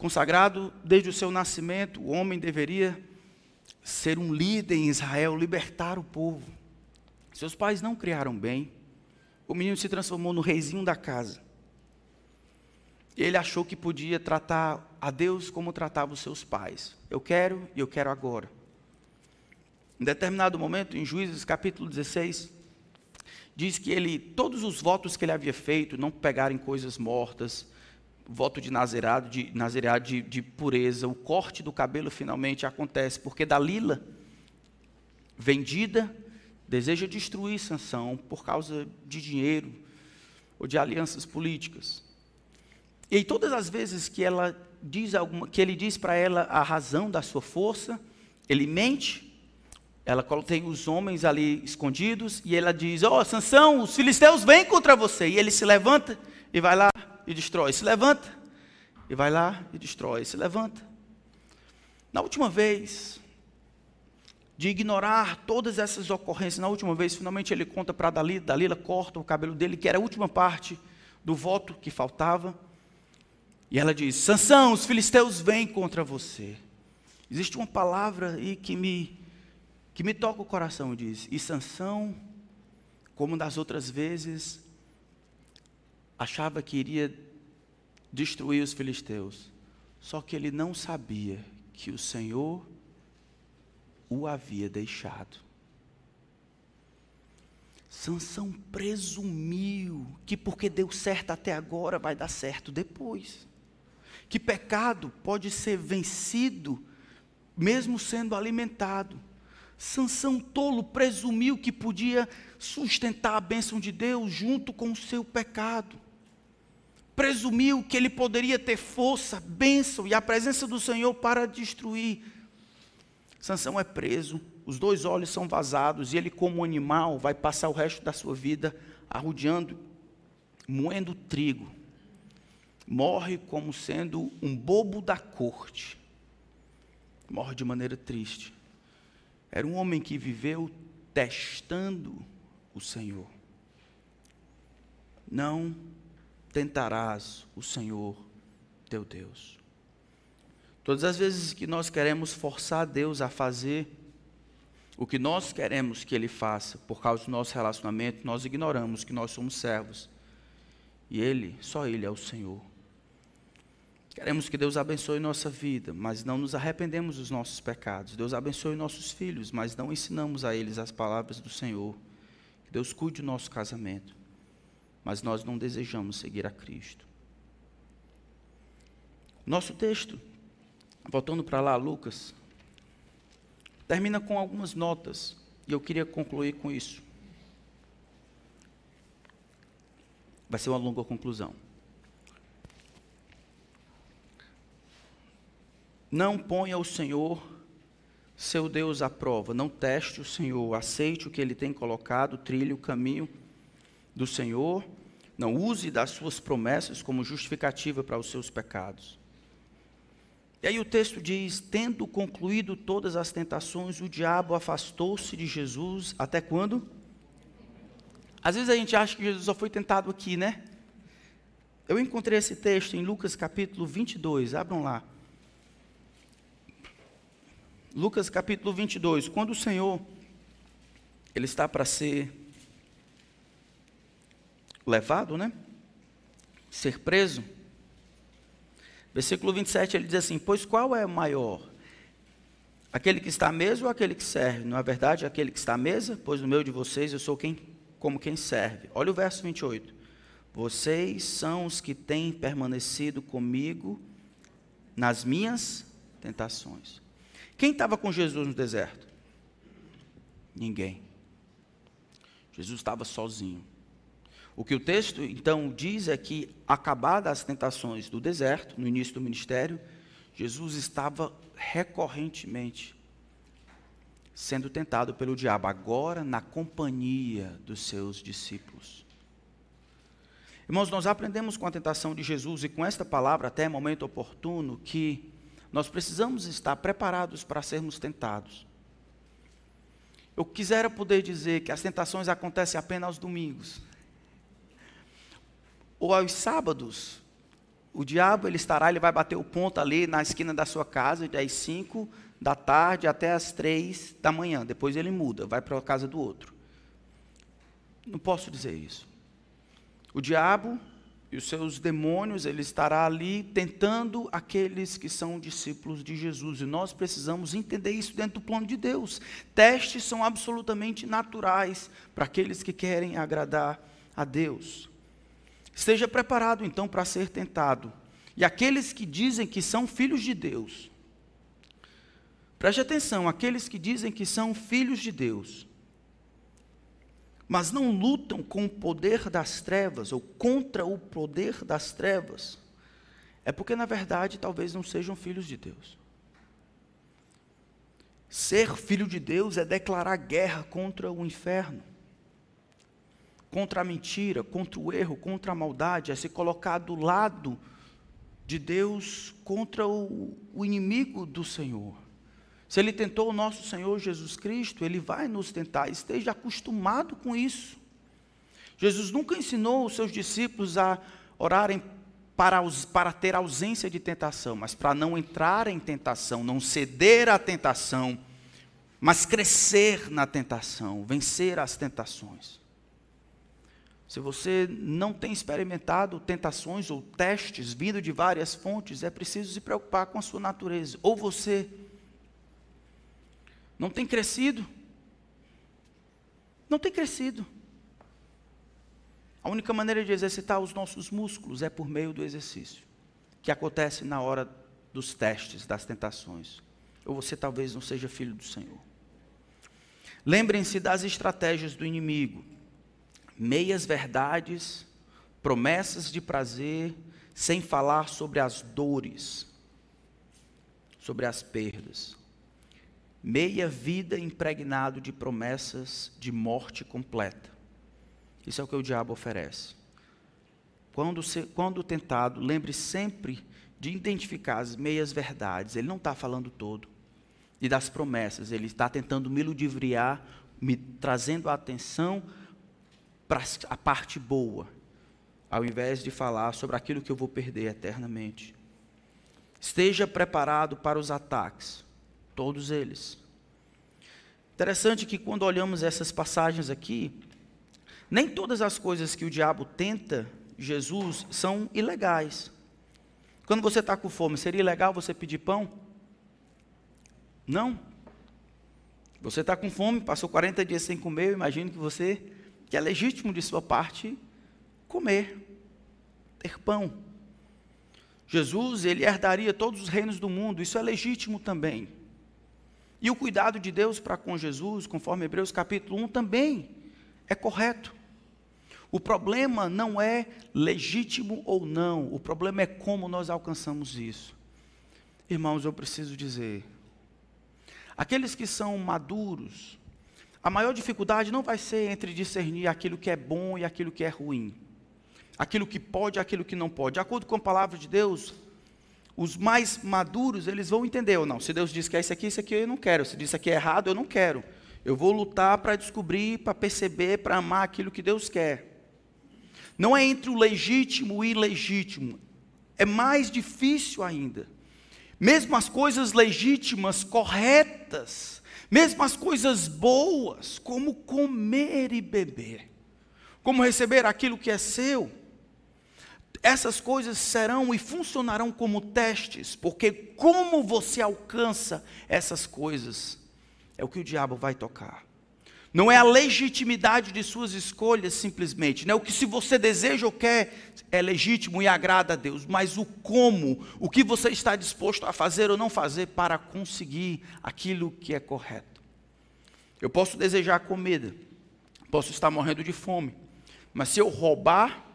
Consagrado desde o seu nascimento, o homem deveria ser um líder em Israel, libertar o povo. Seus pais não criaram bem. O menino se transformou no reizinho da casa. Ele achou que podia tratar a Deus como tratava os seus pais. Eu quero e eu quero agora. Em determinado momento, em Juízes capítulo 16, diz que todos os votos que ele havia feito, não pegarem coisas mortas, voto de nazereado, de pureza, o corte do cabelo finalmente acontece, porque Dalila, vendida, deseja destruir Sansão por causa de dinheiro ou de alianças políticas. E aí, todas as vezes que ele diz para ela a razão da sua força, ele mente. Ela tem os homens ali escondidos e ela diz: Sansão, os filisteus vêm contra você. E ele se levanta e vai lá e destrói. Se levanta e vai lá e destrói. Se levanta. Na última vez de ignorar todas essas ocorrências, na última vez, finalmente ele conta para Dalila. Dalila corta o cabelo dele, que era a última parte do voto que faltava. E ela diz: Sansão, os filisteus vêm contra você. Existe uma palavra aí que me toca o coração, diz. E Sansão, como das outras vezes, achava que iria destruir os filisteus. Só que ele não sabia que o Senhor o havia deixado. Sansão presumiu que porque deu certo até agora, vai dar certo depois. Que pecado pode ser vencido, mesmo sendo alimentado. Sansão tolo presumiu que podia sustentar a bênção de Deus junto com o seu pecado. Presumiu que ele poderia ter força, bênção e a presença do Senhor para destruir. Sansão é preso, os 2 olhos são vazados e ele, como animal, vai passar o resto da sua vida arrodeando, moendo trigo. Morre como sendo um bobo da corte. Morre de maneira triste. Era um homem que viveu testando o Senhor. Não tentarás o Senhor teu Deus. Todas as vezes que nós queremos forçar Deus a fazer o que nós queremos que Ele faça, por causa do nosso relacionamento, nós ignoramos que nós somos servos. E só Ele é o Senhor. Queremos que Deus abençoe nossa vida, mas não nos arrependemos dos nossos pecados. Deus abençoe nossos filhos, mas não ensinamos a eles as palavras do Senhor. Que Deus cuide do nosso casamento, mas nós não desejamos seguir a Cristo. Nosso texto, voltando para lá, Lucas, termina com algumas notas, e eu queria concluir com isso. Vai ser uma longa conclusão. Não ponha o Senhor, seu Deus, à prova. Não teste o Senhor. Aceite o que Ele tem colocado, trilhe o caminho do Senhor. Não use das suas promessas como justificativa para os seus pecados. E aí o texto diz: tendo concluído todas as tentações, o diabo afastou-se de Jesus. Até quando? Às vezes a gente acha que Jesus só foi tentado aqui, né? Eu encontrei esse texto em Lucas capítulo 22. Abram lá. Lucas capítulo 22, quando o Senhor, Ele está para ser levado, né? Ser preso. Versículo 27, ele diz assim: pois qual é o maior? Aquele que está à mesa ou aquele que serve? Não é verdade aquele que está à mesa? Pois no meio de vocês eu sou como quem serve. Olha o verso 28. Vocês são os que têm permanecido comigo nas minhas tentações. Quem estava com Jesus no deserto? Ninguém. Jesus estava sozinho. O que o texto então diz é que, acabadas as tentações do deserto, no início do ministério, Jesus estava recorrentemente sendo tentado pelo diabo, agora na companhia dos seus discípulos. Irmãos, nós aprendemos com a tentação de Jesus e com esta palavra, até momento oportuno, que nós precisamos estar preparados para sermos tentados. Eu quisera poder dizer que as tentações acontecem apenas aos domingos, ou aos sábados, o diabo, ele vai bater o ponto ali na esquina da sua casa, das 5 da tarde até as 3 da manhã. Depois ele muda, vai para a casa do outro. Não posso dizer isso. O diabo e os seus demônios, ele estará ali tentando aqueles que são discípulos de Jesus. E nós precisamos entender isso dentro do plano de Deus. Testes são absolutamente naturais para aqueles que querem agradar a Deus. Esteja preparado, então, para ser tentado. E aqueles que dizem que são filhos de Deus, preste atenção, aqueles que dizem que são filhos de Deus, mas não lutam com o poder das trevas, ou contra o poder das trevas, é porque, na verdade, talvez não sejam filhos de Deus. Ser filho de Deus é declarar guerra contra o inferno, contra a mentira, contra o erro, contra a maldade, é se colocar do lado de Deus contra o inimigo do Senhor. Se Ele tentou o nosso Senhor Jesus Cristo, Ele vai nos tentar. Esteja acostumado com isso. Jesus nunca ensinou os seus discípulos a orarem para ter ausência de tentação, mas para não entrar em tentação, não ceder à tentação, mas crescer na tentação, vencer as tentações. Se você não tem experimentado tentações ou testes vindo de várias fontes, é preciso se preocupar com a sua natureza. Ou você não tem crescido. Não tem crescido. A única maneira de exercitar os nossos músculos é por meio do exercício, que acontece na hora dos testes, das tentações. Ou você talvez não seja filho do Senhor. Lembrem-se das estratégias do inimigo. Meias verdades, promessas de prazer, sem falar sobre as dores, sobre as perdas. Meia vida impregnado de promessas de morte completa. Isso é o que o diabo oferece. Quando tentado, lembre sempre de identificar as meias verdades. Ele não está falando todo. E das promessas, ele está tentando me ludibriar, me trazendo a atenção para a parte boa, ao invés de falar sobre aquilo que eu vou perder eternamente. Esteja preparado para os ataques, todos eles. Interessante que quando olhamos essas passagens aqui, nem todas as coisas que o diabo tenta Jesus são ilegais. Quando você está com fome, seria ilegal você pedir pão? Não. Você está com fome, passou 40 dias sem comer, eu imagino que é legítimo de sua parte comer, ter pão. Jesus, ele herdaria todos os reinos do mundo, isso é legítimo também. E o cuidado de Deus para com Jesus, conforme Hebreus capítulo 1, também é correto. O problema não é legítimo ou não, o problema é como nós alcançamos isso. Irmãos, eu preciso dizer, aqueles que são maduros, a maior dificuldade não vai ser entre discernir aquilo que é bom e aquilo que é ruim. Aquilo que pode e aquilo que não pode. De acordo com a palavra de Deus, os mais maduros, eles vão entender ou não. Se Deus diz que é isso aqui eu não quero. Se diz isso aqui é errado, eu não quero. Eu vou lutar para descobrir, para perceber, para amar aquilo que Deus quer. Não é entre o legítimo e o ilegítimo. É mais difícil ainda. Mesmo as coisas legítimas, corretas, mesmo as coisas boas, como comer e beber, como receber aquilo que é seu, essas coisas serão e funcionarão como testes, porque como você alcança essas coisas, é o que o diabo vai tocar. Não é a legitimidade de suas escolhas simplesmente, não é o que se você deseja ou quer é legítimo e agrada a Deus, mas o como, o que você está disposto a fazer ou não fazer para conseguir aquilo que é correto. Eu posso desejar comida, posso estar morrendo de fome, mas se eu roubar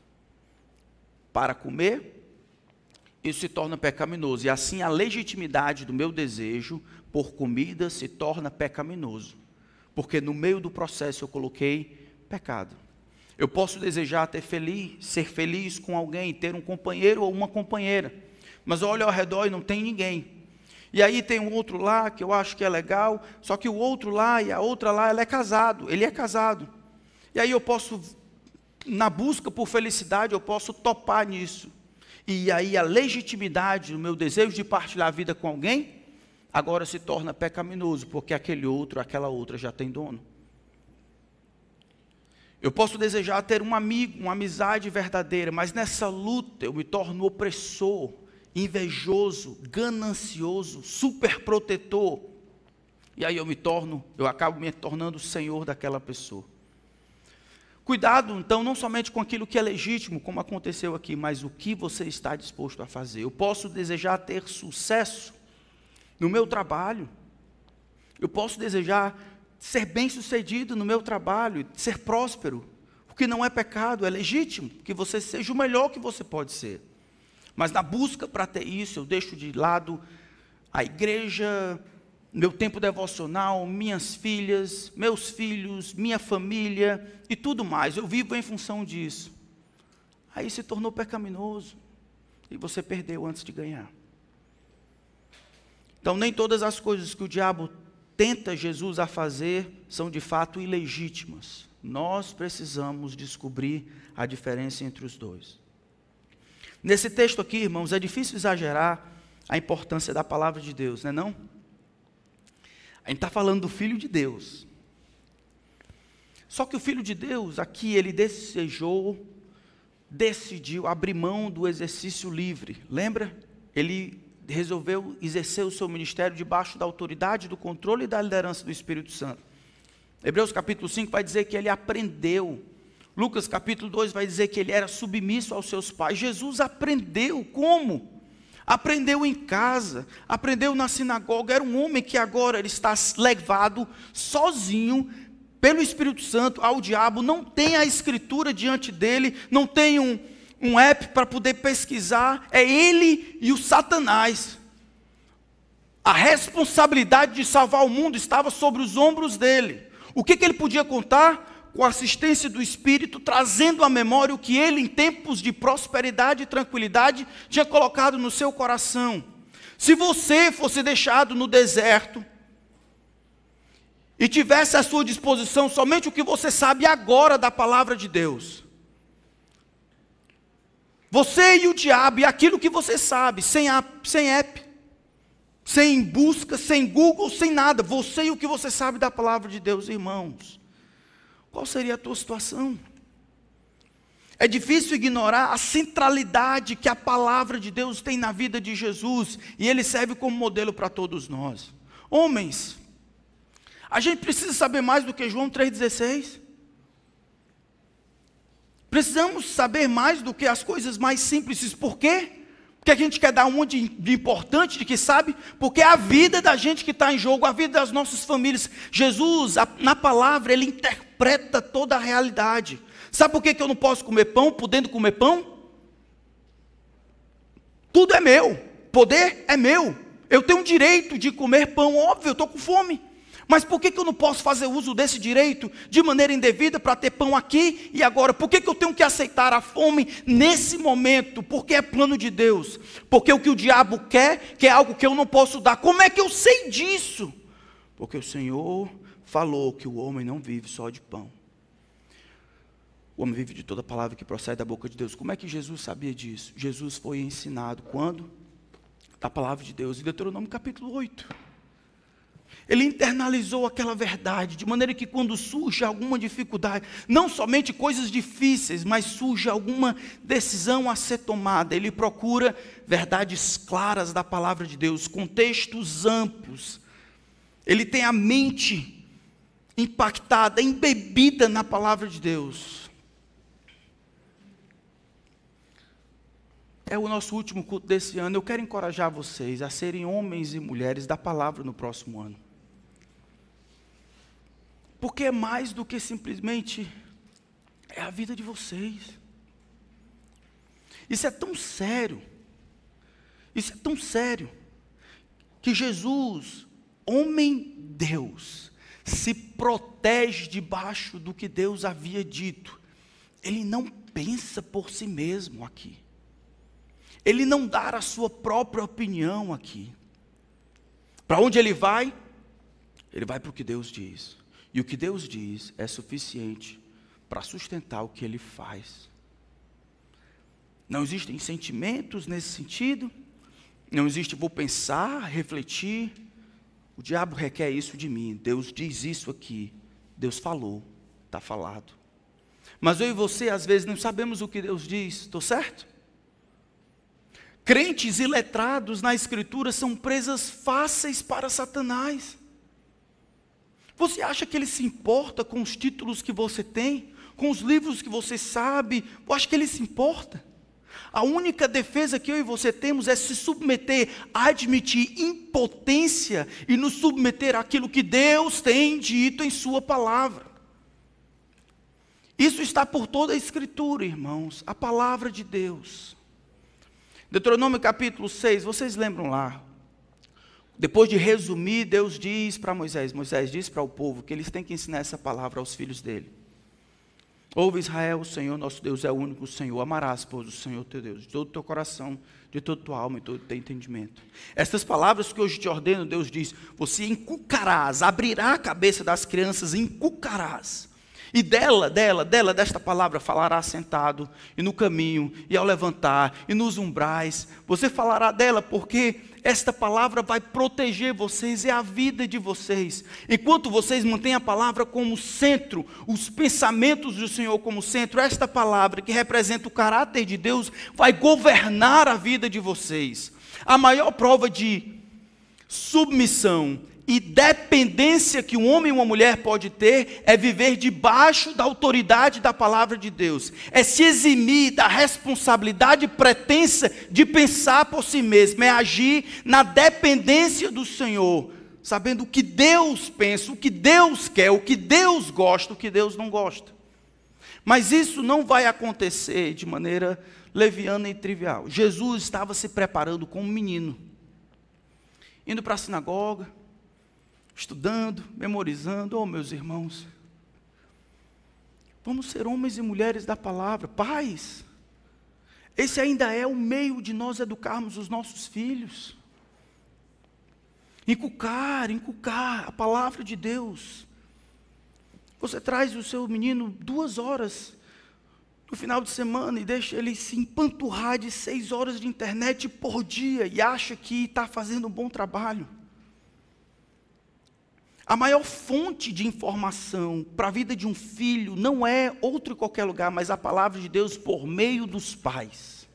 para comer, isso se torna pecaminoso, e assim a legitimidade do meu desejo por comida se torna pecaminoso. Porque no meio do processo eu coloquei pecado. Eu posso desejar ser feliz com alguém, ter um companheiro ou uma companheira, mas eu olho ao redor e não tem ninguém. E aí tem um outro lá que eu acho que é legal, só que o outro lá e a outra lá, ele é casado. E aí eu posso, na busca por felicidade, eu posso topar nisso. E aí a legitimidade, o meu desejo de partilhar a vida com alguém, agora se torna pecaminoso, porque aquele outro, aquela outra já tem dono. Eu posso desejar ter um amigo, uma amizade verdadeira, mas nessa luta eu me torno opressor, invejoso, ganancioso, superprotetor. E aí eu acabo me tornando o senhor daquela pessoa. Cuidado, então, não somente com aquilo que é legítimo, como aconteceu aqui, mas o que você está disposto a fazer. Eu posso desejar ter sucesso no meu trabalho. Eu posso desejar ser bem-sucedido no meu trabalho, ser próspero. O que não é pecado, é legítimo, que você seja o melhor que você pode ser. Mas na busca para ter isso, eu deixo de lado a igreja, meu tempo devocional, minhas filhas, meus filhos, minha família e tudo mais. Eu vivo em função disso. Aí se tornou pecaminoso. E você perdeu antes de ganhar. Então nem todas as coisas que o diabo tenta Jesus a fazer são de fato ilegítimas. Nós precisamos descobrir a diferença entre os dois. Nesse texto aqui, irmãos, é difícil exagerar a importância da palavra de Deus, não é não? A gente está falando do Filho de Deus. Só que o Filho de Deus, aqui, ele decidiu abrir mão do exercício livre. Lembra? Ele resolveu exercer o seu ministério debaixo da autoridade, do controle e da liderança do Espírito Santo. Hebreus capítulo 5 vai dizer que ele aprendeu. Lucas capítulo 2 vai dizer que ele era submisso aos seus pais. Jesus aprendeu como? Aprendeu em casa, aprendeu na sinagoga. Era um homem que agora ele está levado sozinho pelo Espírito Santo ao diabo. Não tem a escritura diante dele, não tem um app para poder pesquisar. É ele e o Satanás. A responsabilidade de salvar o mundo estava sobre os ombros dele. O que ele podia contar? Com a assistência do Espírito, trazendo à memória o que ele, em tempos de prosperidade e tranquilidade, tinha colocado no seu coração. Se você fosse deixado no deserto, e tivesse à sua disposição somente o que você sabe agora da palavra de Deus, você e o diabo, e aquilo que você sabe, sem app, sem busca, sem Google, sem nada, você e o que você sabe da palavra de Deus, irmãos, qual seria a tua situação? É difícil ignorar a centralidade que a palavra de Deus tem na vida de Jesus, e ele serve como modelo para todos nós. Homens, a gente precisa saber mais do que João 3,16. Precisamos saber mais do que as coisas mais simples. Por quê? Porque a gente quer dar um monte de importante, de que sabe, porque é a vida da gente que está em jogo, a vida das nossas famílias. Jesus, na palavra, ele interpreta toda a realidade. Sabe por que eu não posso comer pão, podendo comer pão? Tudo é meu, poder é meu. Eu tenho o direito de comer pão, óbvio, eu estou com fome. Mas por que eu não posso fazer uso desse direito de maneira indevida para ter pão aqui e agora? Por que eu tenho que aceitar a fome nesse momento? Porque é plano de Deus. Porque o que o diabo quer é algo que eu não posso dar. Como é que eu sei disso? Porque o Senhor falou que o homem não vive só de pão. O homem vive de toda palavra que procede da boca de Deus. Como é que Jesus sabia disso? Jesus foi ensinado quando? Da palavra de Deus. Em Deuteronômio capítulo 8. Ele internalizou aquela verdade, de maneira que quando surge alguma dificuldade, não somente coisas difíceis, mas surge alguma decisão a ser tomada, ele procura verdades claras da palavra de Deus, contextos amplos. Ele tem a mente impactada, embebida na palavra de Deus. É o nosso último culto desse ano. Eu quero encorajar vocês a serem homens e mulheres da palavra no próximo ano. Porque é mais do que simplesmente é a vida de vocês. Isso é tão sério, que Jesus, homem Deus, se protege debaixo do que Deus havia dito. Ele não pensa por si mesmo aqui. Ele não dá a sua própria opinião aqui. Para onde ele vai? Ele vai para o que Deus diz. E o que Deus diz é suficiente para sustentar o que ele faz. Não existem sentimentos nesse sentido. Não existe vou pensar, refletir. O diabo requer isso de mim. Deus diz isso aqui. Deus falou, está falado. Mas eu e você, às vezes, não sabemos o que Deus diz. Estou certo? Crentes iletrados na Escritura são presas fáceis para Satanás. Você acha que ele se importa com os títulos que você tem? Com os livros que você sabe? Eu acho que ele se importa. A única defesa que eu e você temos é se submeter a admitir impotência e nos submeter àquilo que Deus tem dito em sua palavra. Isso está por toda a Escritura, irmãos, a palavra de Deus. Deuteronômio capítulo 6, vocês lembram lá? Depois de resumir, Deus diz para Moisés diz para o povo que eles têm que ensinar essa palavra aos filhos dele. Ouve Israel, o Senhor nosso Deus é o único Senhor. Amarás, pois, o Senhor teu Deus, de todo o teu coração, de toda a tua alma e todo o teu entendimento. Estas palavras que hoje te ordeno, Deus diz, você encucarás, abrirá a cabeça das crianças, encucarás. E desta palavra falará sentado, e no caminho, e ao levantar, e nos umbrais. Você falará dela porque esta palavra vai proteger vocês, é a vida de vocês. Enquanto vocês mantêm a palavra como centro, os pensamentos do Senhor como centro, esta palavra que representa o caráter de Deus, vai governar a vida de vocês. A maior prova de submissão e dependência que um homem e uma mulher pode ter é viver debaixo da autoridade da palavra de Deus. É se eximir da responsabilidade pretensa de pensar por si mesmo. É agir na dependência do Senhor, sabendo o que Deus pensa, o que Deus quer, o que Deus gosta, o que Deus não gosta. Mas isso não vai acontecer de maneira leviana e trivial. Jesus estava se preparando como menino, indo para a sinagoga, estudando, memorizando. Oh, meus irmãos, vamos ser homens e mulheres da palavra. Pais, esse ainda é o meio de nós educarmos os nossos filhos. Inculcar a palavra de Deus. Você traz o seu menino 2 horas no final de semana e deixa ele se empanturrar de 6 horas de internet por dia e acha que está fazendo um bom trabalho. A maior fonte de informação para a vida de um filho não é outro em qualquer lugar, mas a palavra de Deus por meio dos pais.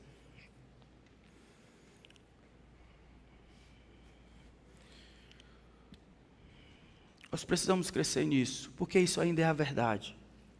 Nós precisamos crescer nisso, porque isso ainda é a verdade.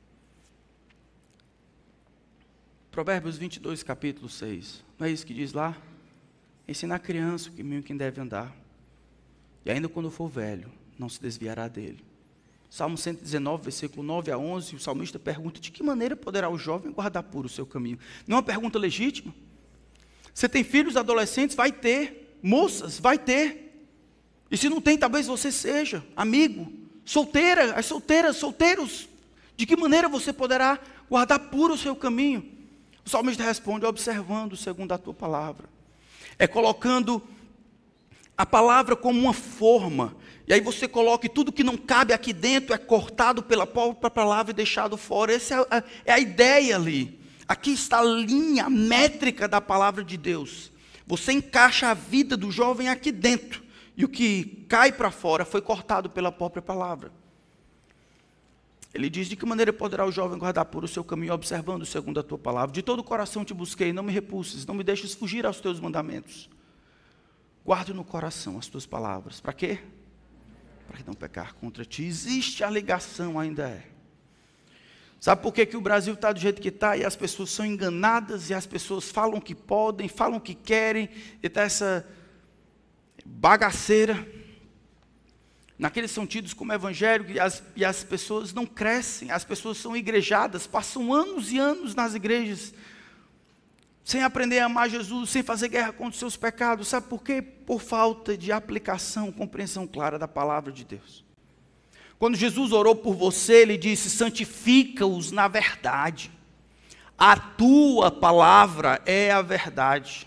Provérbios 22, capítulo 6. Não é isso que diz lá? Ensina a criança o caminho que deve andar. E ainda quando for velho, não se desviará dele. Salmo 119, versículo 9 a 11, o salmista pergunta, de que maneira poderá o jovem guardar puro o seu caminho? Não é uma pergunta legítima? Você tem filhos adolescentes? Vai ter. Moças? Vai ter. E se não tem, talvez você seja amigo. Solteira, as solteiras, solteiros. De que maneira você poderá guardar puro o seu caminho? O salmista responde, observando segundo a tua palavra. É colocando a palavra como uma forma. E aí você coloca e tudo que não cabe aqui dentro é cortado pela própria palavra e deixado fora. Essa é a ideia ali. Aqui está a linha, a métrica da palavra de Deus. Você encaixa a vida do jovem aqui dentro. E o que cai para fora foi cortado pela própria palavra. Ele diz, de que maneira poderá o jovem guardar puro o seu caminho, observando segundo a tua palavra? De todo o coração te busquei, não me repulses, não me deixes fugir aos teus mandamentos. Guarde no coração as tuas palavras. Para quê? Para não pecar contra ti. Existe a ligação, ainda é. Sabe por que o Brasil está do jeito que está? E as pessoas são enganadas, e as pessoas falam que podem, falam que querem, e está essa bagaceira. Naqueles são tidos como evangélicos, e as pessoas não crescem, as pessoas são igrejadas, passam anos e anos nas igrejas, sem aprender a amar Jesus, sem fazer guerra contra os seus pecados. Sabe por quê? Por falta de aplicação, compreensão clara da palavra de Deus. Quando Jesus orou por você, Ele disse, santifica-os na verdade. A tua palavra é a verdade.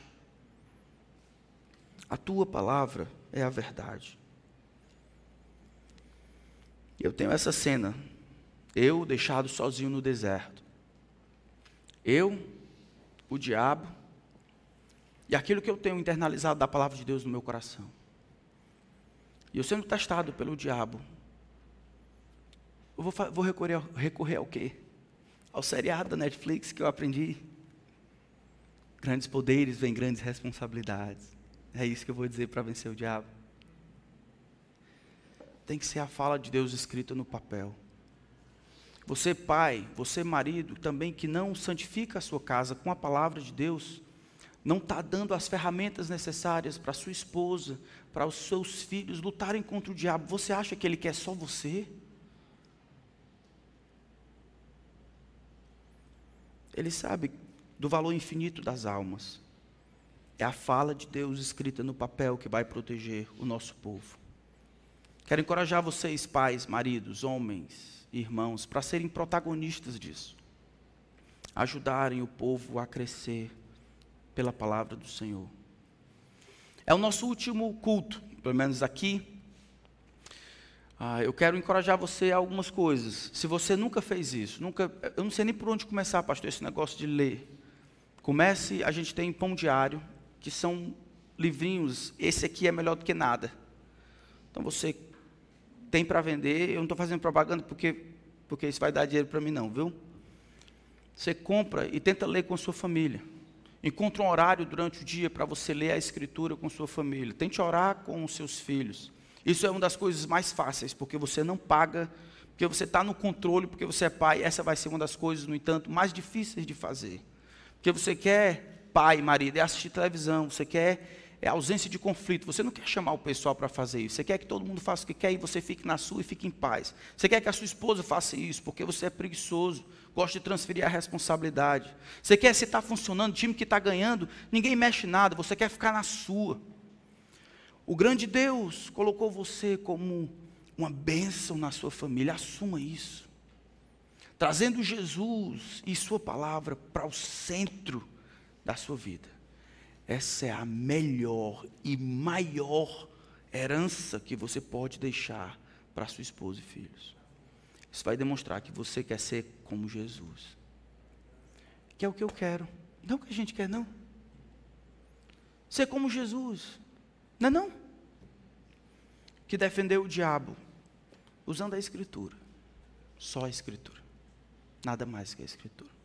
A tua palavra é a verdade. Eu tenho essa cena, eu deixado sozinho no deserto. Eu o diabo e aquilo que eu tenho internalizado da palavra de Deus no meu coração. E eu sendo testado pelo diabo, eu vou recorrer ao quê? Ao seriado da Netflix que eu aprendi. Grandes poderes vêm grandes responsabilidades. É isso que eu vou dizer para vencer o diabo. Tem que ser a fala de Deus escrita no papel. Você pai, você marido, também que não santifica a sua casa com a palavra de Deus, não está dando as ferramentas necessárias para a sua esposa, para os seus filhos lutarem contra o diabo. Você acha que ele quer só você? Ele sabe do valor infinito das almas. É a fala de Deus escrita no papel que vai proteger o nosso povo. Quero encorajar vocês, pais, maridos, homens, irmãos, para serem protagonistas disso. Ajudarem o povo a crescer pela palavra do Senhor. É o nosso último culto, pelo menos aqui. Eu quero encorajar você a algumas coisas. Se você nunca fez isso, eu não sei nem por onde começar, pastor, esse negócio de ler. A gente tem Pão Diário, que são livrinhos, esse aqui é melhor do que nada. Então você tem para vender, eu não estou fazendo propaganda porque isso vai dar dinheiro para mim não, viu? Você compra e tenta ler com a sua família. Encontra um horário durante o dia para você ler a Escritura com sua família. Tente orar com os seus filhos. Isso é uma das coisas mais fáceis, porque você não paga, porque você está no controle, porque você é pai. Essa vai ser uma das coisas, no entanto, mais difíceis de fazer. Porque você quer, pai, marido, é assistir televisão, você quer ausência de conflito, você não quer chamar o pessoal para fazer isso, você quer que todo mundo faça o que quer e você fique na sua e fique em paz. Você quer que a sua esposa faça isso, porque você é preguiçoso, gosta de transferir a responsabilidade. Você quer, se está funcionando, time que está ganhando, ninguém mexe nada, você quer ficar na sua. O grande Deus colocou você como uma bênção na sua família, assuma isso. Trazendo Jesus e sua palavra para o centro da sua vida. Essa é a melhor e maior herança que você pode deixar para sua esposa e filhos. Isso vai demonstrar que você quer ser como Jesus. Que é o que eu quero. Não o que a gente quer, não. Ser como Jesus. Não é não? Que defendeu o diabo usando a Escritura. Só a Escritura. Nada mais que a Escritura.